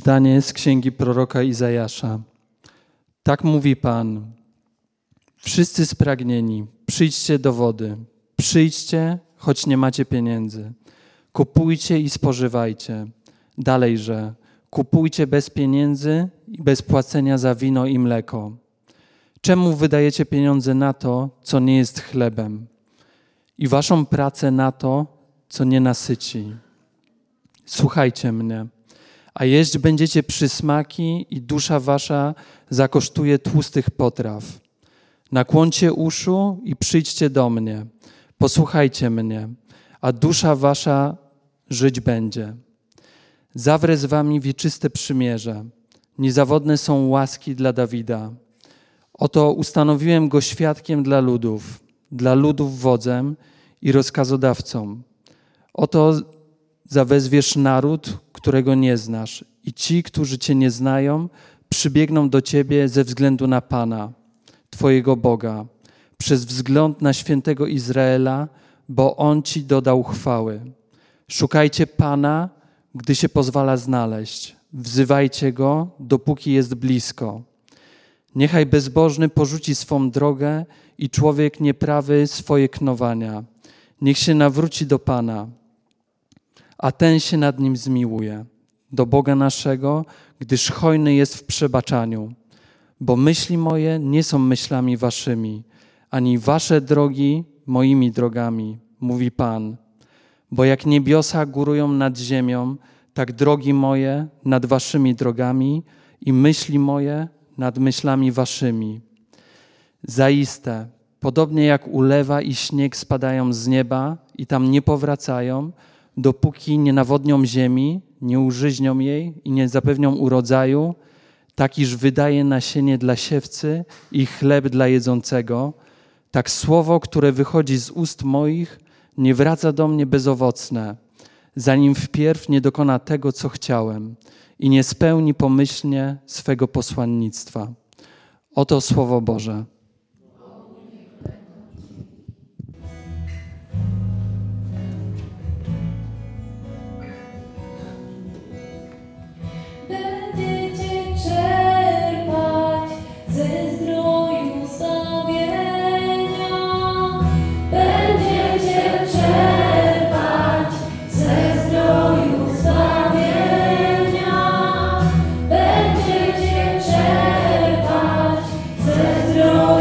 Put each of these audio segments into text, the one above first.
Zdanie z księgi proroka Izajasza. Tak mówi Pan. Wszyscy spragnieni, przyjdźcie do wody. Przyjdźcie, choć nie macie pieniędzy. Kupujcie i spożywajcie. Dalejże, kupujcie bez pieniędzy i bez płacenia za wino i mleko. Czemu wydajecie pieniądze na to, co nie jest chlebem? I waszą pracę na to, co nie nasyci? Słuchajcie mnie, a jeść będziecie przysmaki i dusza wasza zakosztuje tłustych potraw. Nakłoncie uszu i przyjdźcie do mnie. Posłuchajcie mnie, a dusza wasza żyć będzie. Zawrę z wami wieczyste przymierze. Niezawodne są łaski dla Dawida. Oto ustanowiłem go świadkiem dla ludów wodzem i rozkazodawcą. Oto zawezwiesz naród, którego nie znasz, i ci, którzy cię nie znają, przybiegną do ciebie ze względu na Pana, twojego Boga, przez wzgląd na świętego Izraela, bo On ci dodał chwały. Szukajcie Pana, gdy się pozwala znaleźć. Wzywajcie Go, dopóki jest blisko. Niechaj bezbożny porzuci swą drogę i człowiek nieprawy swoje knowania. Niech się nawróci do Pana, a ten się nad nim zmiłuje, do Boga naszego, gdyż hojny jest w przebaczaniu. Bo myśli moje nie są myślami waszymi, ani wasze drogi moimi drogami, mówi Pan. Bo jak niebiosa górują nad ziemią, tak drogi moje nad waszymi drogami i myśli moje nad myślami waszymi. Zaiste, podobnie jak ulewa i śnieg spadają z nieba i tam nie powracają, dopóki nie nawodnią ziemi, nie użyźnią jej i nie zapewnią urodzaju, tak iż wydaje nasienie dla siewcy i chleb dla jedzącego, tak słowo, które wychodzi z ust moich, nie wraca do mnie bezowocne, zanim wpierw nie dokona tego, co chciałem i nie spełni pomyślnie swego posłannictwa. Oto Słowo Boże. Będziecie czerpać ze zdroju zbawienia. Będziecie czerpać ze zdroju zbawienia. Będziecie czerpać ze zdroju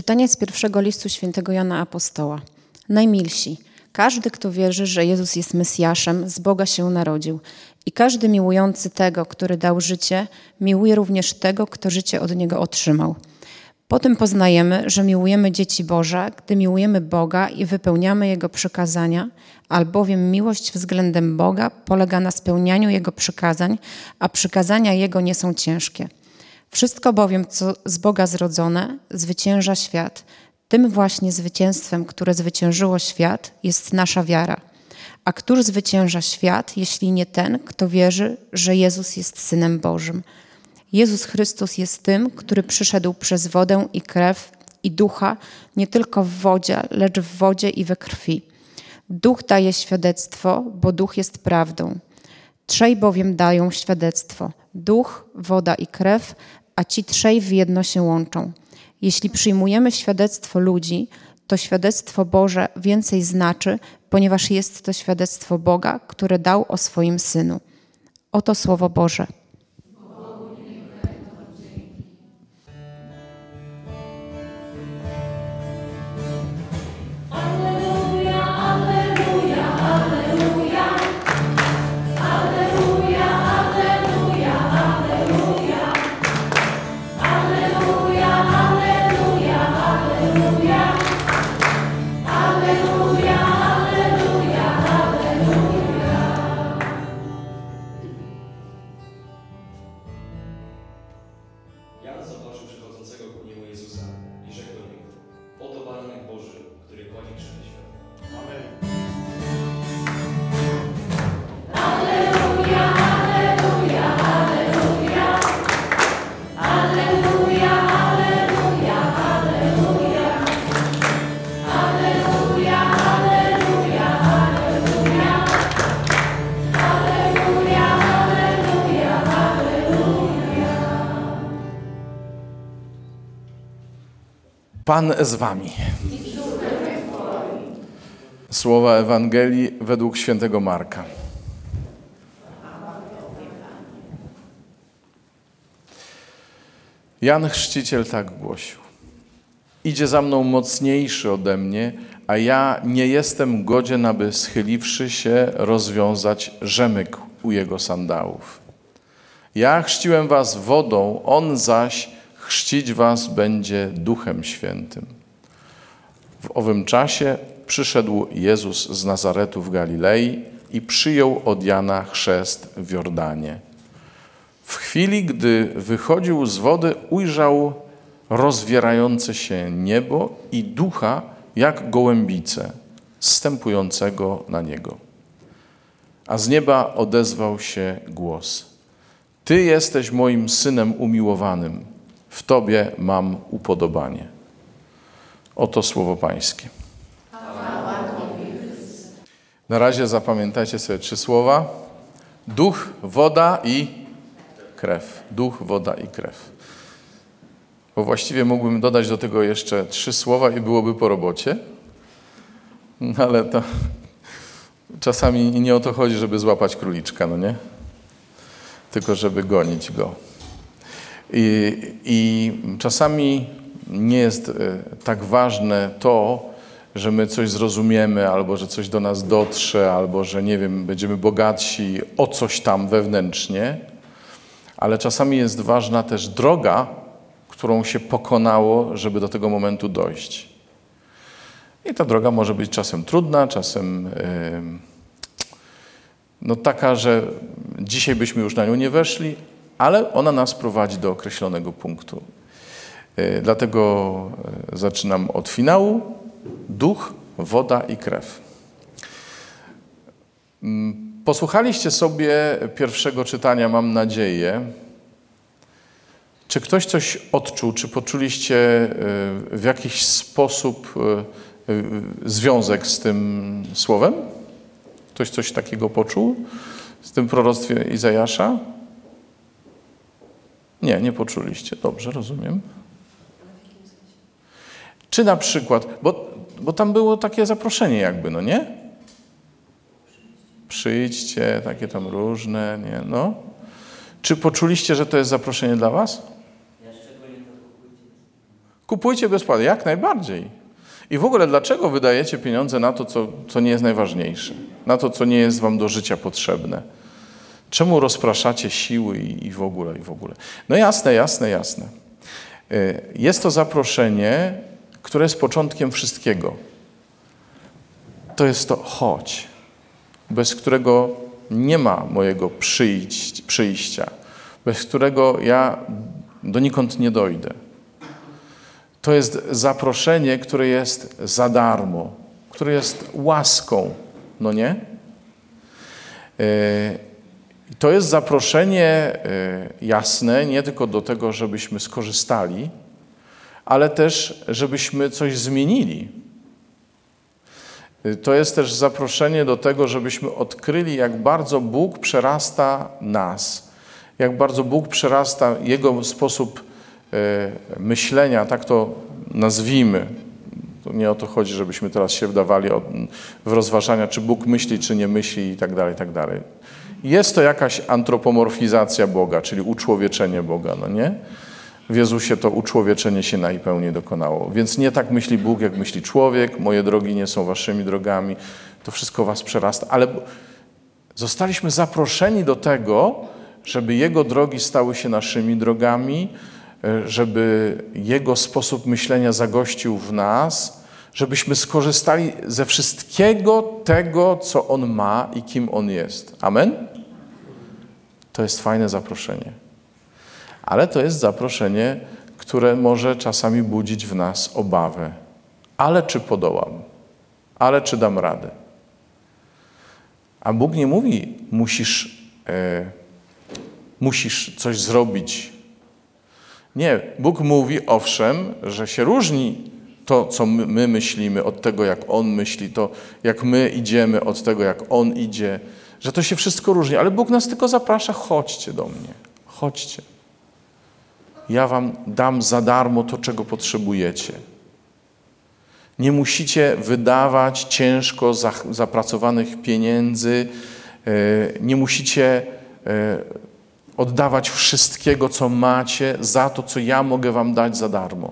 Czytanie z pierwszego listu świętego Jana Apostoła. Najmilsi, każdy, kto wierzy, że Jezus jest Mesjaszem, z Boga się narodził. I każdy miłujący tego, który dał życie, miłuje również tego, kto życie od Niego otrzymał. Potem poznajemy, że miłujemy dzieci Boże, gdy miłujemy Boga i wypełniamy Jego przykazania, albowiem miłość względem Boga polega na spełnianiu Jego przykazań, a przykazania Jego nie są ciężkie. Wszystko bowiem, co z Boga zrodzone, zwycięża świat. Tym właśnie zwycięstwem, które zwyciężyło świat, jest nasza wiara. A któż zwycięża świat, jeśli nie ten, kto wierzy, że Jezus jest Synem Bożym? Jezus Chrystus jest tym, który przyszedł przez wodę i krew i ducha, nie tylko w wodzie, lecz w wodzie i we krwi. Duch daje świadectwo, bo duch jest prawdą. Trzej bowiem dają świadectwo: duch, woda i krew, a ci trzej w jedno się łączą. Jeśli przyjmujemy świadectwo ludzi, to świadectwo Boże więcej znaczy, ponieważ jest to świadectwo Boga, które dał o swoim Synu. Oto Słowo Boże. Alleluja, alleluja, alleluja. Alleluja, alleluja, alleluja. Alleluja, alleluja, alleluja. Alleluja, alleluja, alleluja. Jan zobaczył przychodzącego ku niemu Jezusa i rzekł do niego: oto baranek Boży, który płaci grzechy świata. Amen. Alleluja, alleluja, alleluja. Alleluja, alleluja, alleluja. Alleluja, alleluja, alleluja. Alleluja, alleluja, alleluja. Pan z wami. Słowa Ewangelii według świętego Marka. Jan Chrzciciel tak głosił: idzie za mną mocniejszy ode mnie, a ja nie jestem godzien, aby schyliwszy się rozwiązać rzemyk u jego sandałów. Ja chrzciłem was wodą, on zaś chrzcić was będzie Duchem Świętym. W owym czasie przyszedł Jezus z Nazaretu w Galilei i przyjął od Jana chrzest w Jordanie. W chwili, gdy wychodził z wody, ujrzał rozwierające się niebo i ducha jak gołębicę, zstępującego na niego. A z nieba odezwał się głos: Ty jesteś moim Synem umiłowanym, w Tobie mam upodobanie. Oto słowo Pańskie. Na razie zapamiętajcie sobie 3 słowa. Duch, woda i krew. Duch, woda i krew. Bo właściwie mógłbym dodać do tego jeszcze 3 słowa i byłoby po robocie. Ale to czasami nie o to chodzi, żeby złapać króliczka, no nie? Tylko żeby gonić go. I czasami nie jest tak ważne to, że my coś zrozumiemy, albo że coś do nas dotrze, albo że, nie wiem, będziemy bogatsi o coś tam wewnętrznie, ale czasami jest ważna też droga, którą się pokonało, żeby do tego momentu dojść. I ta droga może być czasem trudna, czasem taka, że dzisiaj byśmy już na nią nie weszli, ale ona nas prowadzi do określonego punktu. Dlatego zaczynam od finału. Duch, woda i krew. Posłuchaliście sobie pierwszego czytania, mam nadzieję. Czy ktoś coś odczuł, czy poczuliście w jakiś sposób związek z tym słowem? Ktoś coś takiego poczuł z tym proroctwie Izajasza? Nie poczuliście. Dobrze, rozumiem. Czy na przykład, bo tam było takie zaproszenie jakby, no nie? Przyjdźcie, takie tam różne, nie, no. Czy poczuliście, że to jest zaproszenie dla was? Kupujcie bezpłatnie, jak najbardziej. I w ogóle dlaczego wydajecie pieniądze na to, co nie jest najważniejsze? Na to, co nie jest wam do życia potrzebne? Czemu rozpraszacie siły i w ogóle? No jasne. Jest to zaproszenie, które jest początkiem wszystkiego. To jest to chodź, bez którego nie ma mojego przyjścia, bez którego ja donikąd nie dojdę. To jest zaproszenie, które jest za darmo, które jest łaską, no nie? To jest zaproszenie jasne, nie tylko do tego, żebyśmy skorzystali, ale też, żebyśmy coś zmienili. To jest też zaproszenie do tego, żebyśmy odkryli, jak bardzo Bóg przerasta nas, jak bardzo Bóg przerasta Jego sposób myślenia, tak to nazwijmy. To nie o to chodzi, żebyśmy teraz się wdawali w rozważania, czy Bóg myśli, czy nie myśli i tak dalej, i tak dalej. Jest to jakaś antropomorfizacja Boga, czyli uczłowieczenie Boga, no nie? W Jezusie to uczłowieczenie się najpełniej dokonało. Więc nie tak myśli Bóg, jak myśli człowiek. Moje drogi nie są waszymi drogami. To wszystko was przerasta. Ale zostaliśmy zaproszeni do tego, żeby Jego drogi stały się naszymi drogami, żeby Jego sposób myślenia zagościł w nas, żebyśmy skorzystali ze wszystkiego tego, co On ma i kim On jest. Amen? To jest fajne zaproszenie. Ale to jest zaproszenie, które może czasami budzić w nas obawę. Ale czy podołam? Ale czy dam radę? A Bóg nie mówi, musisz coś zrobić. Nie, Bóg mówi, owszem, że się różni to, co my myślimy, od tego, jak On myśli, to jak my idziemy, od tego, jak On idzie, że to się wszystko różni. Ale Bóg nas tylko zaprasza, chodźcie do mnie, chodźcie. Ja wam dam za darmo to, czego potrzebujecie. Nie musicie wydawać ciężko zapracowanych pieniędzy, nie musicie oddawać wszystkiego, co macie, za to, co ja mogę wam dać za darmo.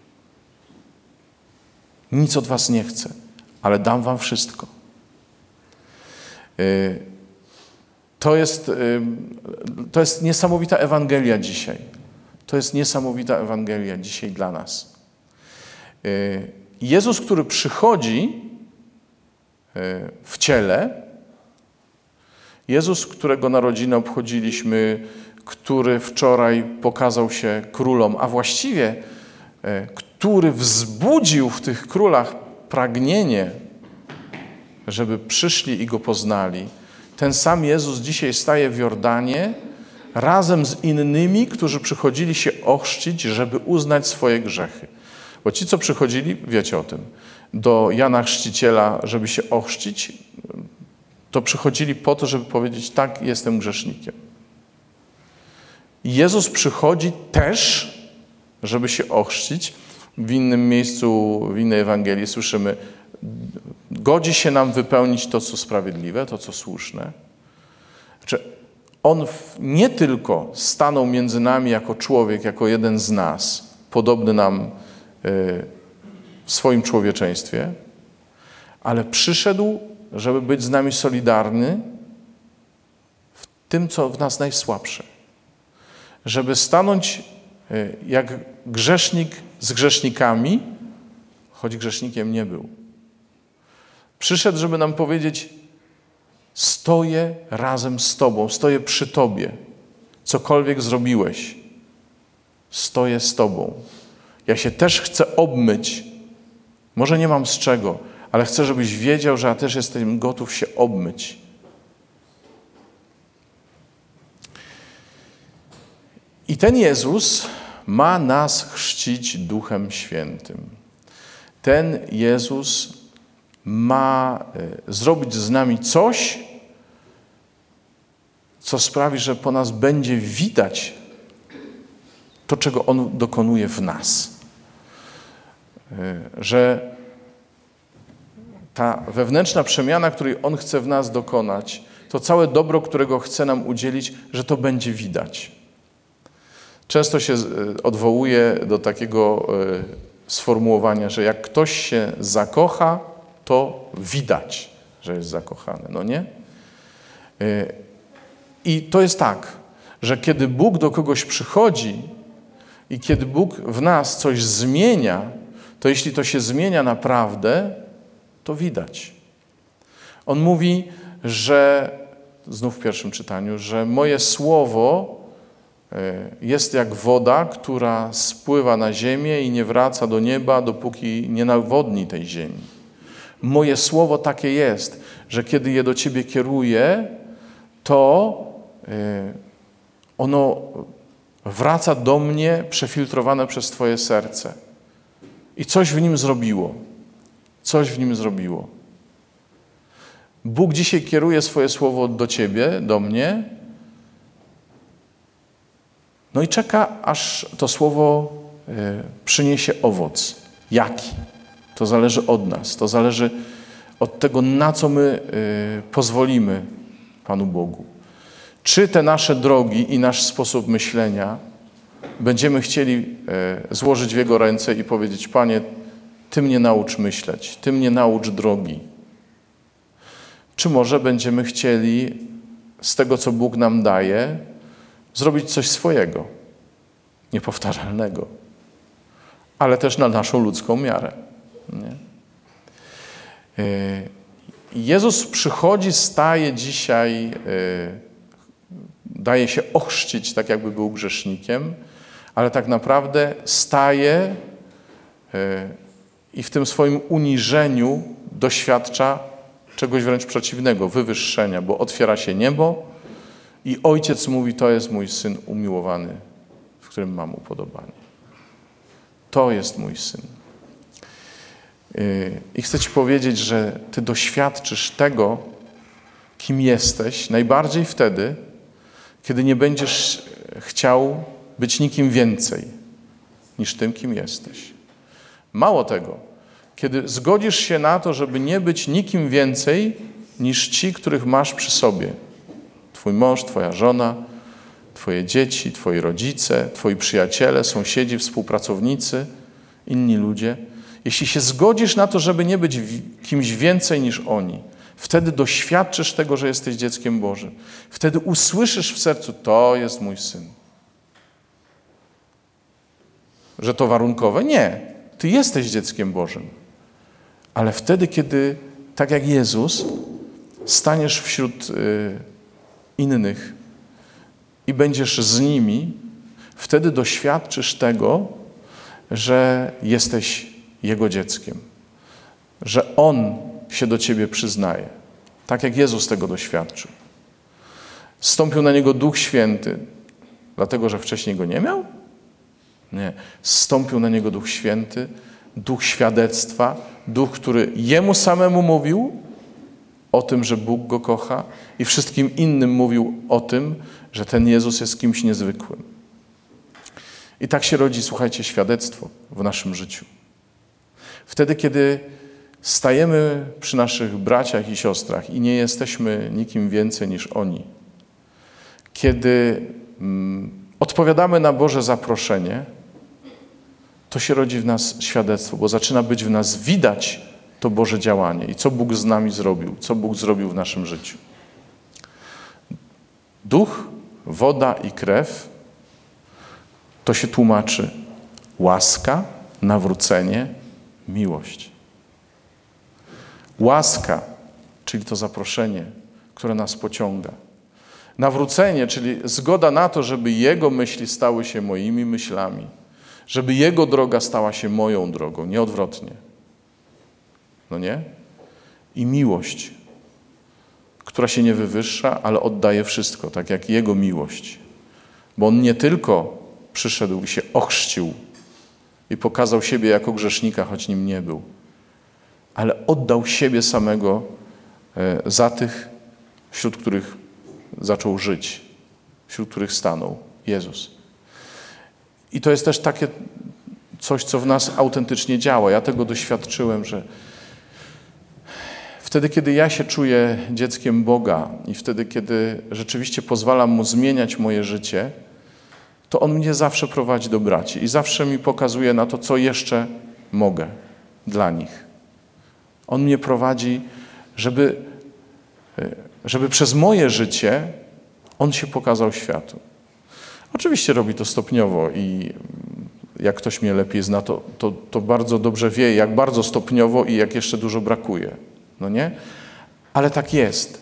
Nic od was nie chcę, ale dam wam wszystko. To jest niesamowita Ewangelia dzisiaj. To jest niesamowita Ewangelia dzisiaj dla nas. Jezus, który przychodzi w ciele, Jezus, którego narodziny obchodziliśmy, który wczoraj pokazał się królom, a właściwie który wzbudził w tych królach pragnienie, żeby przyszli i Go poznali. Ten sam Jezus dzisiaj staje w Jordanie razem z innymi, którzy przychodzili się ochrzcić, żeby uznać swoje grzechy. Bo ci, co przychodzili, wiecie o tym, do Jana Chrzciciela, żeby się ochrzcić, to przychodzili po to, żeby powiedzieć, tak, jestem grzesznikiem. Jezus przychodzi też, żeby się ochrzcić. W innym miejscu, w innej Ewangelii słyszymy, godzi się nam wypełnić to, co sprawiedliwe, to, co słuszne. Znaczy, On nie tylko stanął między nami jako człowiek, jako jeden z nas, podobny nam w swoim człowieczeństwie, ale przyszedł, żeby być z nami solidarny w tym, co w nas najsłabsze. Żeby stanąć jak grzesznik z grzesznikami, choć grzesznikiem nie był. Przyszedł, żeby nam powiedzieć, stoję razem z Tobą, stoję przy Tobie. Cokolwiek zrobiłeś, stoję z Tobą. Ja się też chcę obmyć. Może nie mam z czego, ale chcę, żebyś wiedział, że ja też jestem gotów się obmyć. I ten Jezus ma nas chrzcić Duchem Świętym. Ten Jezus ma zrobić z nami coś, co sprawi, że po nas będzie widać to, czego On dokonuje w nas. Że ta wewnętrzna przemiana, której On chce w nas dokonać, to całe dobro, którego chce nam udzielić, że to będzie widać. Często się odwołuje do takiego sformułowania, że jak ktoś się zakocha, to widać, że jest zakochany, no nie? I to jest tak, że kiedy Bóg do kogoś przychodzi i kiedy Bóg w nas coś zmienia, to jeśli to się zmienia naprawdę, to widać. On mówi, że, znów w pierwszym czytaniu, że moje słowo jest jak woda, która spływa na ziemię i nie wraca do nieba, dopóki nie nawodni tej ziemi. Moje słowo takie jest, że kiedy je do ciebie kieruję, to ono wraca do mnie przefiltrowane przez twoje serce. I coś w nim zrobiło. Coś w nim zrobiło. Bóg dzisiaj kieruje swoje słowo do ciebie, do mnie, no i czeka, aż to słowo przyniesie owoc. Jaki? To zależy od nas. To zależy od tego, na co my pozwolimy Panu Bogu. Czy te nasze drogi i nasz sposób myślenia będziemy chcieli złożyć w Jego ręce i powiedzieć: Panie, Ty mnie naucz myśleć, Ty mnie naucz drogi. Czy może będziemy chcieli z tego, co Bóg nam daje, zrobić coś swojego, niepowtarzalnego, ale też na naszą ludzką miarę. Nie? Jezus przychodzi, staje dzisiaj, daje się ochrzcić, tak jakby był grzesznikiem, ale tak naprawdę staje i w tym swoim uniżeniu doświadcza czegoś wręcz przeciwnego, wywyższenia, bo otwiera się niebo i Ojciec mówi: to jest mój Syn umiłowany, w którym mam upodobanie. To jest mój Syn. I chcę Ci powiedzieć, że Ty doświadczysz tego, kim jesteś, najbardziej wtedy, kiedy nie będziesz chciał być nikim więcej niż tym, kim jesteś. Mało tego, kiedy zgodzisz się na to, żeby nie być nikim więcej niż ci, których masz przy sobie. Twój mąż, twoja żona, twoje dzieci, twoi rodzice, twoi przyjaciele, sąsiedzi, współpracownicy, inni ludzie. Jeśli się zgodzisz na to, żeby nie być kimś więcej niż oni, wtedy doświadczysz tego, że jesteś dzieckiem Bożym. Wtedy usłyszysz w sercu: to jest mój Syn. Że to warunkowe? Nie. Ty jesteś dzieckiem Bożym. Ale wtedy, kiedy, tak jak Jezus, staniesz wśród innych i będziesz z nimi, wtedy doświadczysz tego, że jesteś Jego dzieckiem. Że On się do ciebie przyznaje. Tak jak Jezus tego doświadczył. Zstąpił na Niego Duch Święty, dlatego że wcześniej Go nie miał? Nie. Zstąpił na Niego Duch Święty, Duch świadectwa, Duch, który Jemu samemu mówił o tym, że Bóg Go kocha i wszystkim innym mówił o tym, że ten Jezus jest kimś niezwykłym. I tak się rodzi, słuchajcie, świadectwo w naszym życiu. Wtedy, kiedy stajemy przy naszych braciach i siostrach i nie jesteśmy nikim więcej niż oni, kiedy odpowiadamy na Boże zaproszenie, to się rodzi w nas świadectwo, bo zaczyna być w nas widać to Boże działanie i co Bóg z nami zrobił, co Bóg zrobił w naszym życiu. Duch, woda i krew to się tłumaczy łaska, nawrócenie, miłość. Łaska, czyli to zaproszenie, które nas pociąga. Nawrócenie, czyli zgoda na to, żeby Jego myśli stały się moimi myślami, żeby Jego droga stała się moją drogą, nie odwrotnie. No nie? I miłość, która się nie wywyższa, ale oddaje wszystko, tak jak Jego miłość. Bo On nie tylko przyszedł i się ochrzcił i pokazał siebie jako grzesznika, choć nim nie był, ale oddał siebie samego za tych, wśród których zaczął żyć, wśród których stanął Jezus. I to jest też takie coś, co w nas autentycznie działa. Ja tego doświadczyłem, że wtedy, kiedy ja się czuję dzieckiem Boga i wtedy, kiedy rzeczywiście pozwalam Mu zmieniać moje życie, to On mnie zawsze prowadzi do braci i zawsze mi pokazuje na to, co jeszcze mogę dla nich. On mnie prowadzi, żeby przez moje życie On się pokazał światu. Oczywiście robi to stopniowo i jak ktoś mnie lepiej zna, to bardzo dobrze wie, jak bardzo stopniowo i jak jeszcze dużo brakuje. No nie? Ale tak jest.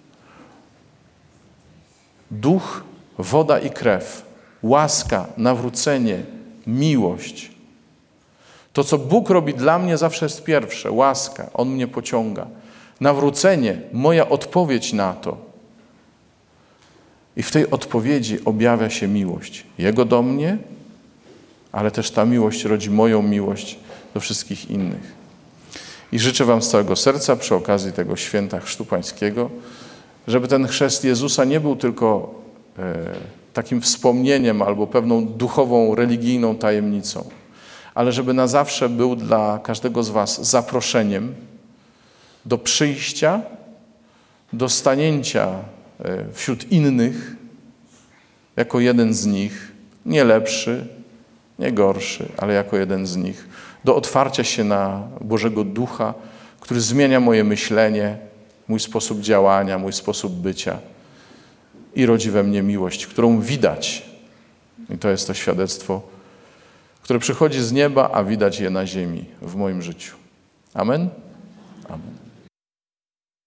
Duch, woda i krew, łaska, nawrócenie, miłość. To, co Bóg robi dla mnie, zawsze jest pierwsze. Łaska, On mnie pociąga. Nawrócenie, moja odpowiedź na to. I w tej odpowiedzi objawia się miłość. Jego do mnie, ale też ta miłość rodzi moją miłość do wszystkich innych. I życzę wam z całego serca przy okazji tego święta Chrztu Pańskiego, żeby ten chrzest Jezusa nie był tylko takim wspomnieniem albo pewną duchową, religijną tajemnicą, ale żeby na zawsze był dla każdego z was zaproszeniem do przyjścia, do stanięcia wśród innych jako jeden z nich, nie lepszy, nie gorszy, ale jako jeden z nich, do otwarcia się na Bożego Ducha, który zmienia moje myślenie, mój sposób działania, mój sposób bycia i rodzi we mnie miłość, którą widać. I to jest to świadectwo, które przychodzi z nieba, a widać je na ziemi w moim życiu. Amen?